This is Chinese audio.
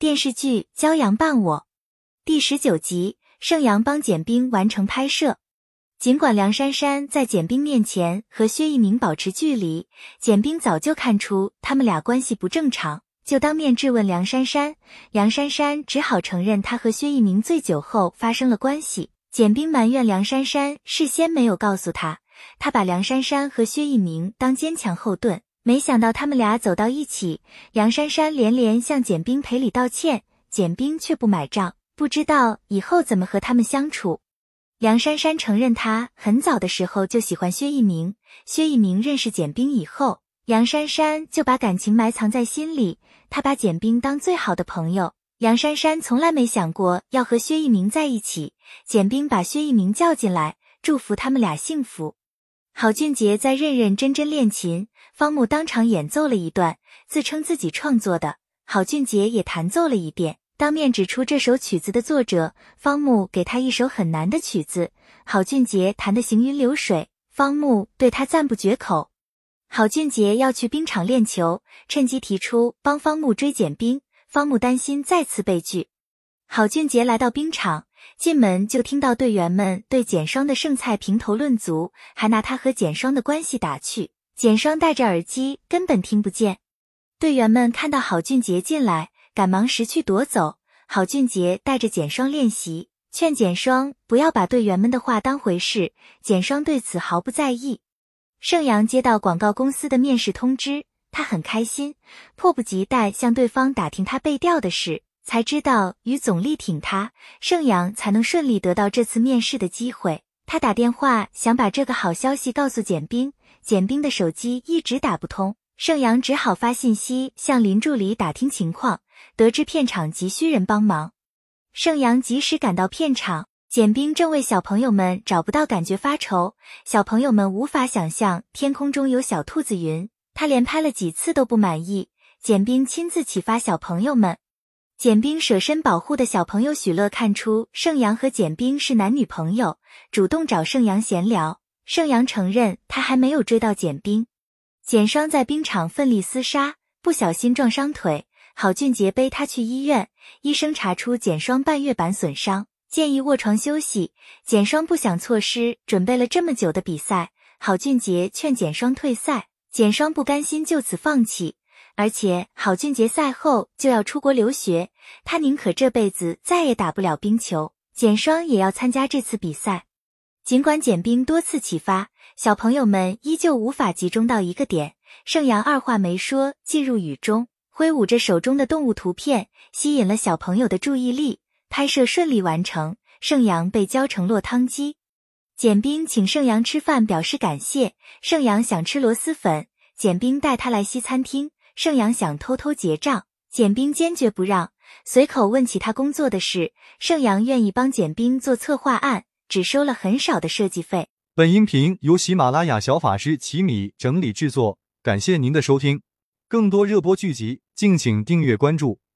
电视剧《骄阳伴我》第19集，盛阳帮简冰完成拍摄。尽管梁珊珊在简冰面前和薛一鸣保持距离，简冰早就看出他们俩关系不正常，就当面质问梁珊珊。梁珊珊只好承认他和薛一鸣醉酒后发生了关系。简冰埋怨梁珊珊事先没有告诉他，他把梁珊珊和薛一鸣当坚强后盾。没想到他们俩走到一起，梁珊珊连连向简冰赔礼道歉，简冰却不买账，不知道以后怎么和他们相处。梁珊珊承认她很早的时候就喜欢薛一鸣，薛一鸣认识简冰以后，梁珊珊就把感情埋藏在心里，她把简冰当最好的朋友。梁珊珊从来没想过要和薛一鸣在一起，简冰把薛一鸣叫进来，祝福他们俩幸福。郝俊杰在认认真真练琴，方木当场演奏了一段，自称自己创作的，郝俊杰也弹奏了一遍，当面指出这首曲子的作者。方木给他一首很难的曲子，郝俊杰弹得行云流水，方木对他赞不绝口。郝俊杰要去冰场练球，趁机提出帮方木追简冰，方木担心再次被拒。郝俊杰来到冰场，进门就听到队员们对简双的剩菜评头论足，还拿他和简双的关系打趣。简双戴着耳机根本听不见。队员们看到郝俊杰进来，赶忙识趣夺走。郝俊杰带着简双练习，劝简双不要把队员们的话当回事，简双对此毫不在意。盛阳接到广告公司的面试通知，他很开心，迫不及待向对方打听他被调的事，才知道与总力挺他，盛阳才能顺利得到这次面试的机会。他打电话想把这个好消息告诉简冰，简冰的手机一直打不通，盛阳只好发信息向林助理打听情况，得知片场急需人帮忙。盛阳及时赶到片场，简冰正为小朋友们找不到感觉发愁，小朋友们无法想象天空中有小兔子云，他连拍了几次都不满意，简冰亲自启发小朋友们。简冰舍身保护的小朋友许乐看出盛阳和简冰是男女朋友，主动找盛阳闲聊。盛阳承认他还没有追到简冰。简双在冰场奋力厮杀，不小心撞伤腿，郝俊杰背他去医院，医生查出简双半月板损伤，建议卧床休息。简双不想错失准备了这么久的比赛，郝俊杰劝简双退赛，简双不甘心就此放弃。而且郝俊杰赛后就要出国留学，他宁可这辈子再也打不了冰球，简双也要参加这次比赛。尽管简冰多次启发，小朋友们依旧无法集中到一个点。盛阳二话没说进入雨中，挥舞着手中的动物图片，吸引了小朋友的注意力。拍摄顺利完成，盛阳被浇成落汤鸡。简冰请盛阳吃饭表示感谢，盛阳想吃螺蛳粉，简冰带他来西餐厅，盛阳想偷偷结账，简冰坚决不让，随口问起他工作的事，盛阳愿意帮简冰做策划案，只收了很少的设计费。 本音频由喜马拉雅小法师奇米整理制作，感谢您的收听。更多热播剧集，敬请订阅关注。